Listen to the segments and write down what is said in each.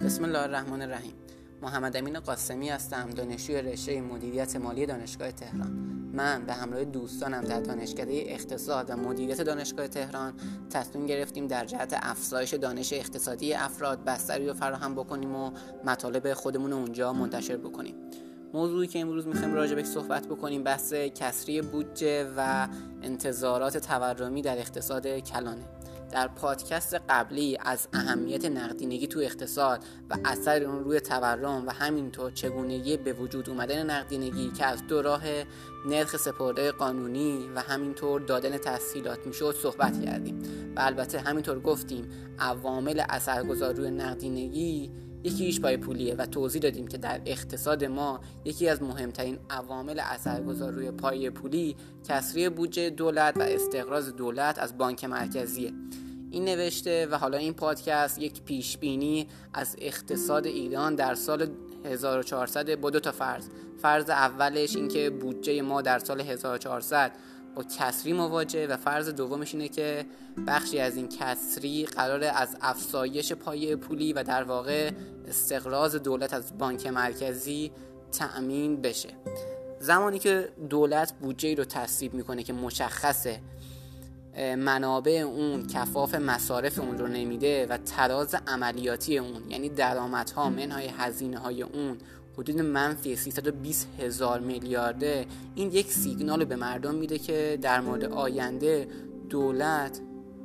بسم الله الرحمن الرحیم. محمد امین قاسمی هستم، دانشجوی رشته مدیریت مالی دانشگاه تهران. من به همراه دوستانم در دانشکده اقتصاد و مدیریت دانشگاه تهران تصمیم گرفتیم در جهت افزایش دانش اقتصادی افراد بستری رو فراهم بکنیم و مطالب خودمون رو اونجا منتشر بکنیم. موضوعی که امروز می‌خوایم راجع بهش صحبت بکنیم بحث کسری بودجه و انتظارات تورمی در اقتصاد کلانه. در پادکست قبلی از اهمیت نقدینگی تو اقتصاد و اثر اون روی تورم و همینطور چگونگی به وجود اومدن نقدینگی که از دو راه نرخ سپرده قانونی و همینطور دادن تسهیلات میشد صحبت کردیم و البته همینطور گفتیم عوامل اثرگذار روی نقدینگی یکیش پای پولیه و توضیح دادیم که در اقتصاد ما یکی از مهمترین عوامل اثرگذار روی پای پولی کسری بودجه دولت و استقراض دولت از بانک مرکزیه. این نوشته و حالا این پادکست یک پیش بینی از اقتصاد ایران در سال 1400 با دو تا فرض اولش این که بودجه ما در سال 1400 با کسری مواجه و فرض دومش اینه که بخشی از این کسری قراره از افزایش پایه پولی و در واقع استقراض دولت از بانک مرکزی تأمین بشه. زمانی که دولت بودجه‌ای رو تصویب میکنه که مشخصه منابع اون کفاف مصارف اون رو نمیده و تراز عملیاتی اون یعنی درآمدها منهای هزینه‌های اون حدود منفی 320,000 میلیارده، این یک سیگنال رو به مردم میده که در مورد آینده دولت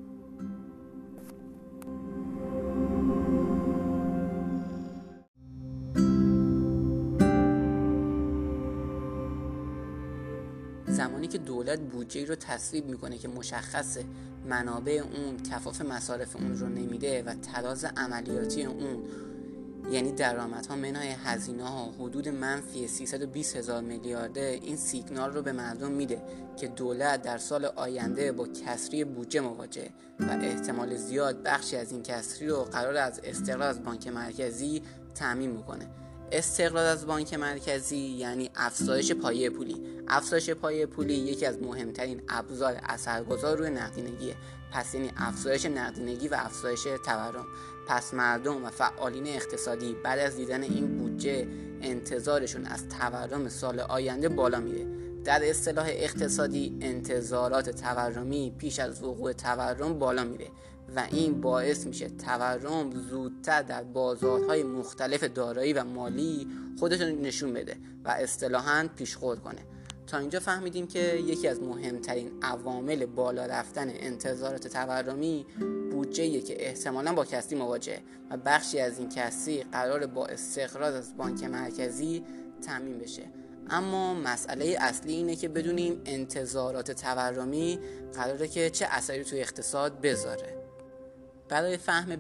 زمانی که دولت بودجه رو تصویب میکنه که مشخصه منابع اون کفاف مصارف اون رو نمیده و تراز عملیاتی اون یعنی درآمدها منهای هزینه‌ها حدود منفی 320,000 میلیارده، این سیگنال رو به مردم میده که دولت در سال آینده با کسری بودجه مواجهه و احتمال زیاد بخشی از این کسری رو قرار از استقراض از بانک مرکزی تامین میکنه. استقراض از بانک مرکزی یعنی افزایش پایه پولی. افزایش پایه پولی یکی از مهمترین ابزار اثرگذار روی نقدینگیه. پس یعنی افزایش نقدینگی و افزایش تورم. پس مردم و فعالین اقتصادی بعد از دیدن این بودجه انتظارشون از تورم سال آینده بالا میره. در اصطلاح اقتصادی انتظارات تورمی پیش از وقوع تورم بالا میره و این باعث میشه تورم زودتر در بازارهای مختلف دارایی و مالی خودش رو نشون بده و اصطلاحاً پیشخور کنه. تا اینجا فهمیدیم که یکی از مهمترین عوامل بالا رفتن انتظارات تورمی بودجه‌ایه که احتمالاً با کسری مواجهه و بخشی از این کسری قراره با استقراض از بانک مرکزی تامین بشه. اما مسئله اصلی اینه که بدونیم انتظارات تورمی قراره که چه اثری توی اقتصاد بذاره. برای فهم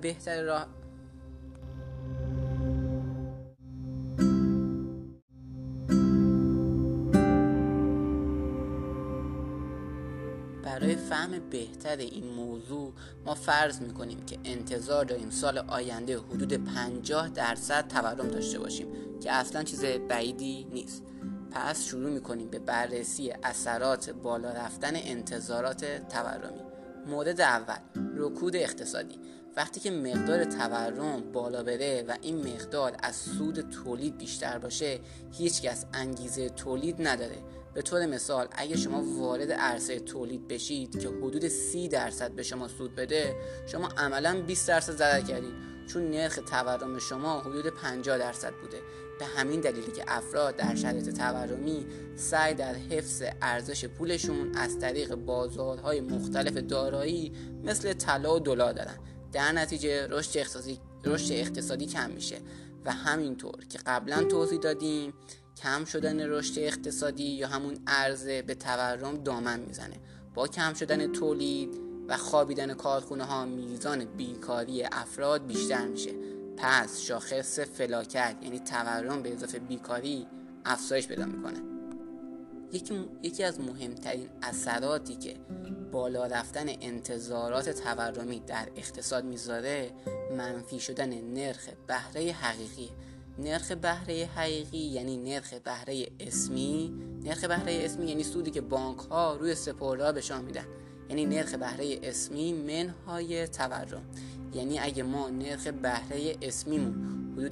بهتر این موضوع ما فرض میکنیم که انتظار داریم سال آینده حدود 50% تورم داشته باشیم که اصلا چیز بعیدی نیست. پس شروع میکنیم به بررسی اثرات بالا رفتن انتظارات تورمی. مورد اول، رکود اقتصادی. وقتی که مقدار تورم بالا بره و این مقدار از سود تولید بیشتر باشه، هیچ کس انگیزه تولید نداره. به طور مثال اگه شما وارد عرصه تولید بشید که حدود 30% به شما سود بده، شما عملاً 20% ضرر کردید چون نرخ تورم شما حدود 50% بوده. به همین دلیلی که افراد در شرایط تورمی سعی در حفظ ارزش پولشون از طریق بازارهای مختلف دارایی مثل طلا و دلار دارن. در نتیجه رشد اقتصادی کم میشه و همینطور که قبلا توضیح دادیم کم شدن رشد اقتصادی یا همون عرضه به تورم دامن میزنه. با کم شدن تولید و خوابیدن کارخونه ها میزان بیکاری افراد بیشتر میشه. پس شاخص فلاکت یعنی تورم به اضافه بیکاری افزایش پیدا میکنه. یکی از مهمترین اثراتی که بالا رفتن انتظارات تورمی در اقتصاد میذاره منفی شدن نرخ بهره حقیقی. نرخ بهره حقیقی یعنی نرخ بهره اسمی. نرخ بهره اسمی یعنی سودی که بانک ها روی سپرده به شما میدن. یعنی نرخ بهره اسمی منهای تورم. یعنی اگه ما نرخ بهره اسمیمون حدود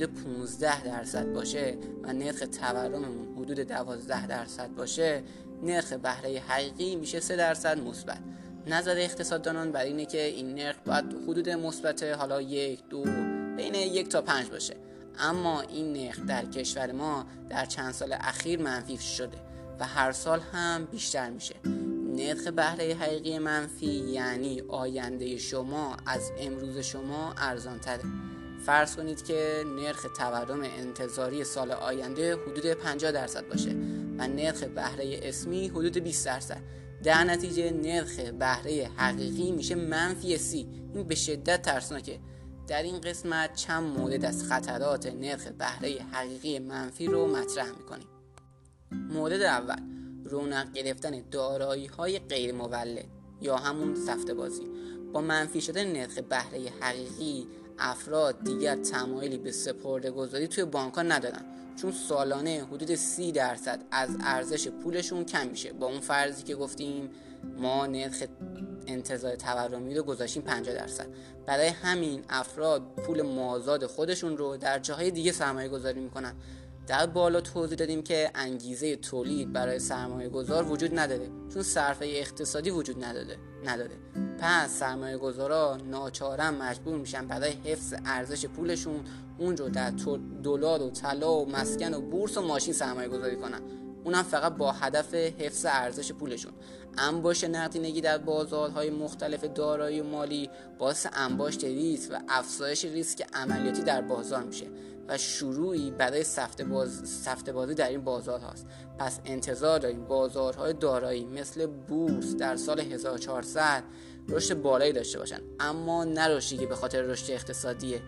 15% باشه و نرخ تورممون حدود 12% باشه، نرخ بهره حقیقی میشه 3% مثبت. نظر اقتصاددانان بر اینه که این نرخ باید حدود مثبت، حالا 1 2 بین 1 تا 5 باشه. اما این نرخ در کشور ما در چند سال اخیر منفی شده و هر سال هم بیشتر میشه. نرخ بهره حقیقی منفی یعنی آینده شما از امروز شما ارزان تره. فرض کنید که نرخ تورم انتظاری سال آینده حدود 50% باشه و نرخ بهره اسمی حدود 20%. در نتیجه نرخ بهره حقیقی میشه منفی 30. این به شدت ترسناکه. در این قسمت چند مورد از خطرات نرخ بهره حقیقی منفی رو مطرح میکنیم. مورد اول، رونق گرفتن دارایی‌های غیر مولد یا همون سفته بازی. با منفی شدن نرخ بهره حقیقی، افراد دیگر تمایلی به سپرده‌گذاری توی بانک‌ها ندارن، چون سالانه حدود 30% از ارزش پولشون کم میشه. با اون فرضی که گفتیم ما نرخ انتظار تورمی رو گذاشتیم 50%. برای همین افراد پول مازاد خودشون رو در جاهای دیگه سرمایه گذاری میکنن. در بالا توضیح دادیم که انگیزه تولید برای سرمایه گذار وجود نداره، چون صرفه اقتصادی وجود نداره. پس سرمایه گذارا ناچارن مجبور میشن برای حفظ ارزش پولشون اون رو در دلار و طلا و مسکن و بورس و ماشین سرمایه گذاری کنن، اونم فقط با هدف حفظ ارزش پولشون. انباشت نقدینگی در بازارهای مختلف دارایی مالی باعث انباشت ریسک و افزایش ریسک عملیاتی در بازار میشه و شروعی برای سفته بازی در این بازار هاست. پس انتظار داریم بازارهای دارایی مثل بورس در سال 1400 رشد بالایی داشته باشن، اما نه رشدی که به خاطر رشد اقتصادیه،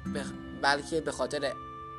بلکه به خاطر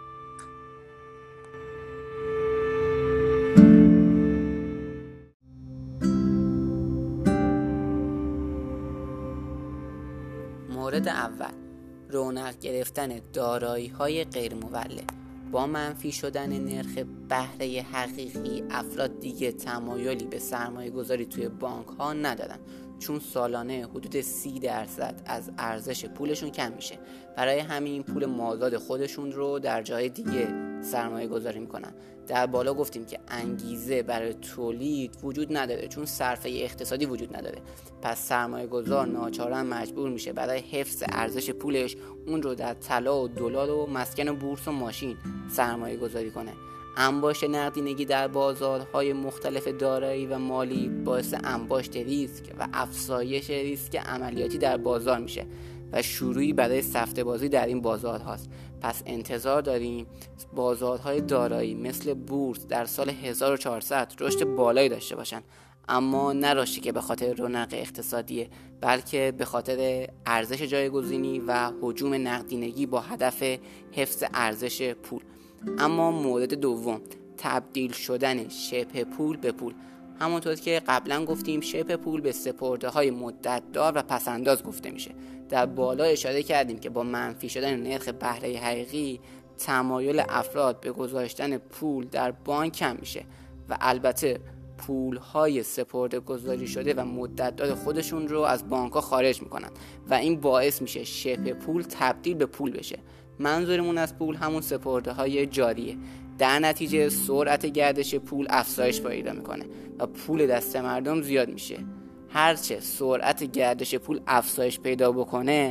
مورد اول، رونق گرفتن دارایی‌های غیر مولد. با منفی شدن نرخ بهره حقیقی، افراد دیگه تمایلی به سرمایه گذاری توی بانک ها ندارن، چون سالانه حدود 30% از ارزش پولشون کم میشه. برای همین پول مازاد خودشون رو در جای دیگه سرمایه گذاری میکنن. در بالا گفتیم که انگیزه برای تولید وجود نداره، چون صرفه اقتصادی وجود نداره. پس سرمایه گذار ناچارن مجبور میشه برای حفظ ارزش پولش اون رو در طلا و دلار و مسکن و بورس و ماشین سرمایه گذاری کنه. انباشت نقدینگی در بازارهای مختلف دارایی و مالی باعث انباشت ریسک و افزایش ریسک عملیاتی در بازار میشه و شروعی برای سفته بازی در این بازار هاست. پس انتظار داریم بازارهای دارایی مثل بورس در سال 1400 رشد بالایی داشته باشن، اما نه رشدی که به خاطر رونق اقتصادیه، بلکه به خاطر ارزش جایگزینی و هجوم نقدینگی با هدف حفظ ارزش پول. اما مورد دوم، تبدیل شدن شبه پول به پول. همونطور که قبلا گفتیم شبه پول به سپرده های مدت دار و پسنداز گفته میشه. در بالا اشاره کردیم که با منفی شدن نرخ بهره حقیقی تمایل افراد به گذاشتن پول در بانک کم میشه و البته پول‌های سپرده گذاری شده و مدت دار خودشون رو از بانک‌ها خارج میکنن و این باعث میشه شبه پول تبدیل به پول بشه. منظورمون از پول همون سپرده‌های جاریه. در نتیجه سرعت گردش پول افزایش پیدا میکنه و پول دست مردم زیاد میشه. هرچه سرعت گردش پول افزایش پیدا بکنه،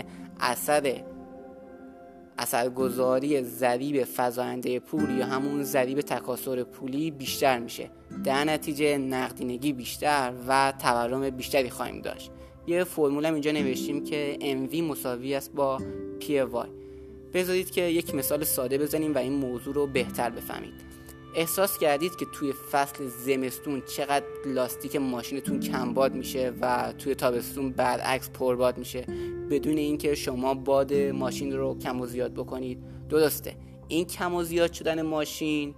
اثرگذاری ضریب فزاینده پول یا همون ضریب تکاثر پولی بیشتر میشه. در نتیجه نقدینگی بیشتر و تورم بیشتری خواهیم داشت. یه فرمول اینجا نوشتیم که MV مساوی است با PY. بذارید که یک مثال ساده بزنیم و این موضوع رو بهتر بفهمید. احساس کردید که توی فصل زمستون چقدر لاستیک ماشینتون کمباد میشه و توی تابستون برعکس پرباد میشه بدون اینکه شما باد ماشین رو کم و زیاد بکنید؟ درسته، این کم و زیاد شدن ماشین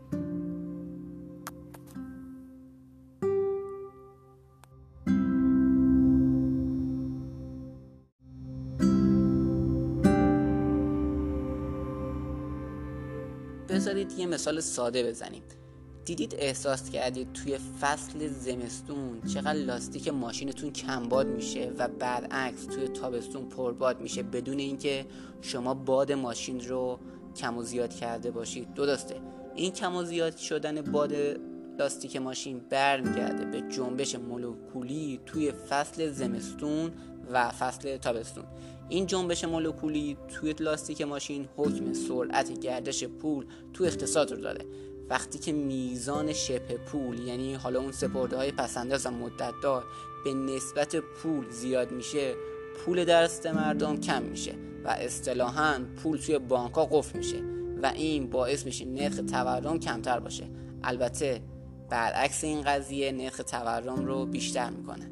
بذارید یه مثال ساده بزنیم. دیدید احساس کردید توی فصل زمستون چقدر لاستیک ماشینتون کمباد میشه و برعکس توی تابستون پرباد میشه بدون اینکه شما باد ماشین رو کم و زیاد کرده باشید. درسته، این کم و زیاد شدن باد لاستیک ماشین برمیگرده به جنبش مولکولی توی فصل زمستون و فصل تابستون. این جنبش مولکولی توی لاستیک ماشین حکم سرعت گردش پول تو اقتصاد رو داره. وقتی که میزان شبه پول، یعنی حالا اون سپرده‌های پس‌انداز و مدت‌دار به نسبت پول زیاد میشه، پول دست مردم کم میشه و اصطلاحاً پول توی بانک‌ها قفل میشه و این باعث میشه نرخ تورم کمتر باشه. البته برعکس این قضیه نرخ تورم رو بیشتر میکنه.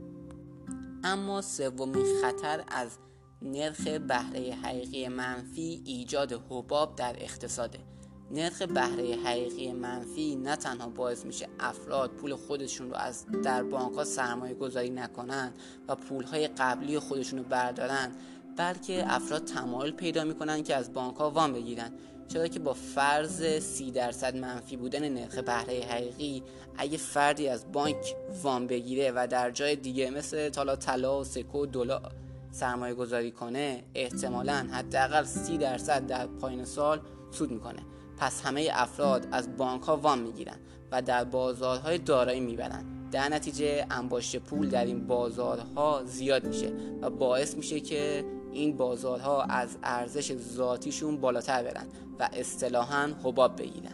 اما سومین خطر از نرخ بهره حقیقی منفی ایجاد حباب در اقتصاده. نرخ بهره حقیقی منفی نه تنها باعث میشه افراد پول خودشون رو از در بانک‌ها سرمایه گذاری نکنن و پولهای قبلی خودشون رو بردارن، بلکه افراد تمایل پیدا میکنن که از بانک‌ها وام بگیرن، چرا که با فرض 30% منفی بودن نرخ بهره حقیقی، اگه فردی از بانک وام بگیره و در جای دیگه مثل طلا و سکه و دلار سرمایه گذاری کنه، احتمالاً حداقل 30% در پایان سال سود میکنه. پس همه افراد از بانک ها وام میگیرن و در بازارهای دارایی میبرن. در نتیجه انباشت پول در این بازارها زیاد میشه و باعث میشه که این بازارها از ارزش ذاتیشون بالاتر برن و اصطلاحاً حباب بگیرن.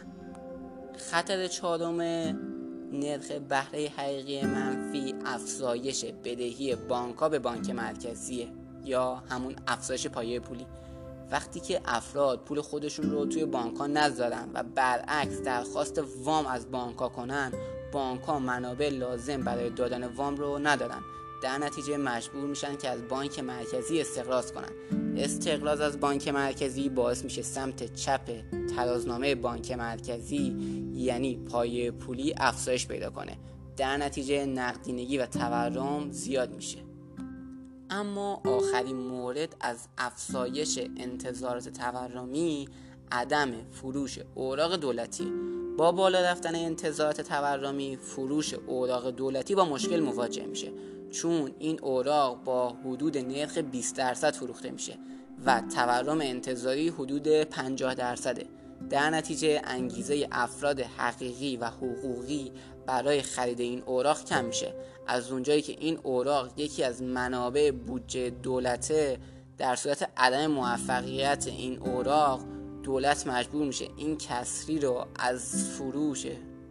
خطر چهارم نرخ بهره حقیقی منفی افزایش بدهی بانک‌ها به بانک مرکزیه یا همون افزایش پایه پولی. وقتی که افراد پول خودشون رو توی بانک‌ها نذارن و برعکس درخواست وام از بانک‌ها کنن، بانک‌ها منابع لازم برای دادن وام رو ندارن. در نتیجه مجبور میشن که از بانک مرکزی استقراض کنن. استقراض از بانک مرکزی باعث میشه سمت چپ ترازنامه بانک مرکزی، یعنی پایه پولی، افزایش پیدا کنه. در نتیجه نقدینگی و تورم زیاد میشه. اما آخرین مورد از افزایش انتظارات تورمی عدم فروش اوراق دولتی. با بالا رفتن انتظارات تورمی، فروش اوراق دولتی با مشکل مواجه میشه، چون این اوراق با حدود نرخ 20% فروخته میشه و تورم انتظاری حدود 50%. در نتیجه انگیزه افراد حقیقی و حقوقی برای خرید این اوراق کم میشه. از اونجایی که این اوراق یکی از منابع بودجه دولته، در صورت عدم موفقیت این اوراق دولت مجبور میشه این کسری رو از فروش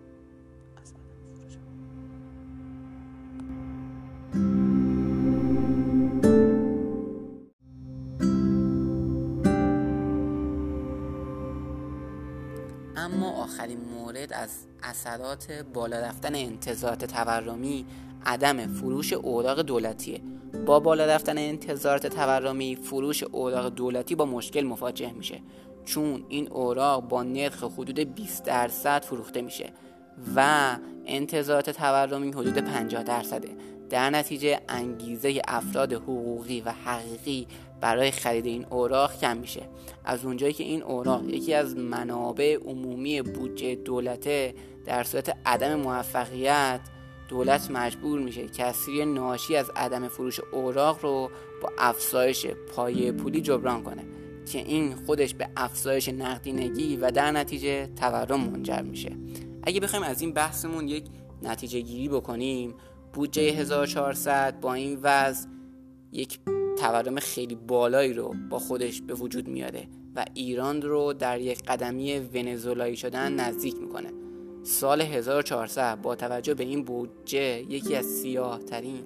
اما آخرین مورد از اثرات بالا رفتن انتظارات تورمی عدم فروش اوراق دولتیه. با بالا رفتن انتظارات تورمی، فروش اوراق دولتی با مشکل مواجه میشه، چون این اوراق با نرخ حدود 20% فروخته میشه و انتظارات تورمی حدود 50%. در نتیجه انگیزه افراد حقوقی و حقیقی برای خرید این اوراق کم میشه. از اونجایی که این اوراق یکی از منابع عمومی بودجه دولته، در صورت عدم موفقیت دولت مجبور میشه کسری ناشی از عدم فروش اوراق رو با افزایش پایه پولی جبران کنه که این خودش به افزایش نقدینگی و در نتیجه تورم منجر میشه. اگه بخوایم از این بحثمون یک نتیجه گیری بکنیم، بودجه 1400 با این وضع یک تورم خیلی بالایی رو با خودش به وجود میاره و ایران رو در یک قدمی ونزوئلایی شدن نزدیک میکنه. سال 1400 با توجه به این بودجه یکی از سیاه ترین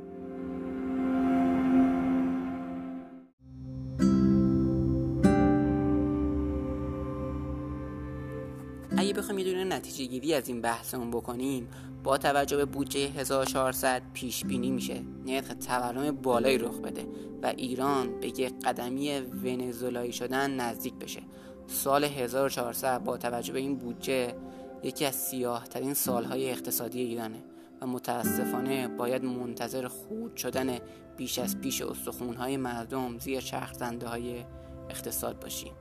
اگه بخوایم یه دونه نتیجه گیری از این بحثمون بکنیم، با توجه به بودجه 1400 پیش بینی میشه نرخ تورم بالایی رخ بده و ایران به یک قدمی ونزوئلایی شدن نزدیک بشه. سال 1400 با توجه به این بودجه یکی از سیاه ترین سالهای اقتصادی ایرانه و متاسفانه باید منتظر خورد شدن بیش از پیش استخوان‌های مردم زیر چرخ‌زنده‌های اقتصاد باشیم.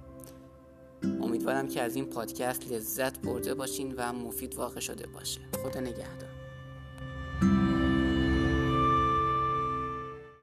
امیدوارم که از این پادکست لذت برده باشین و مفید واقع شده باشه. خدا نگهدار.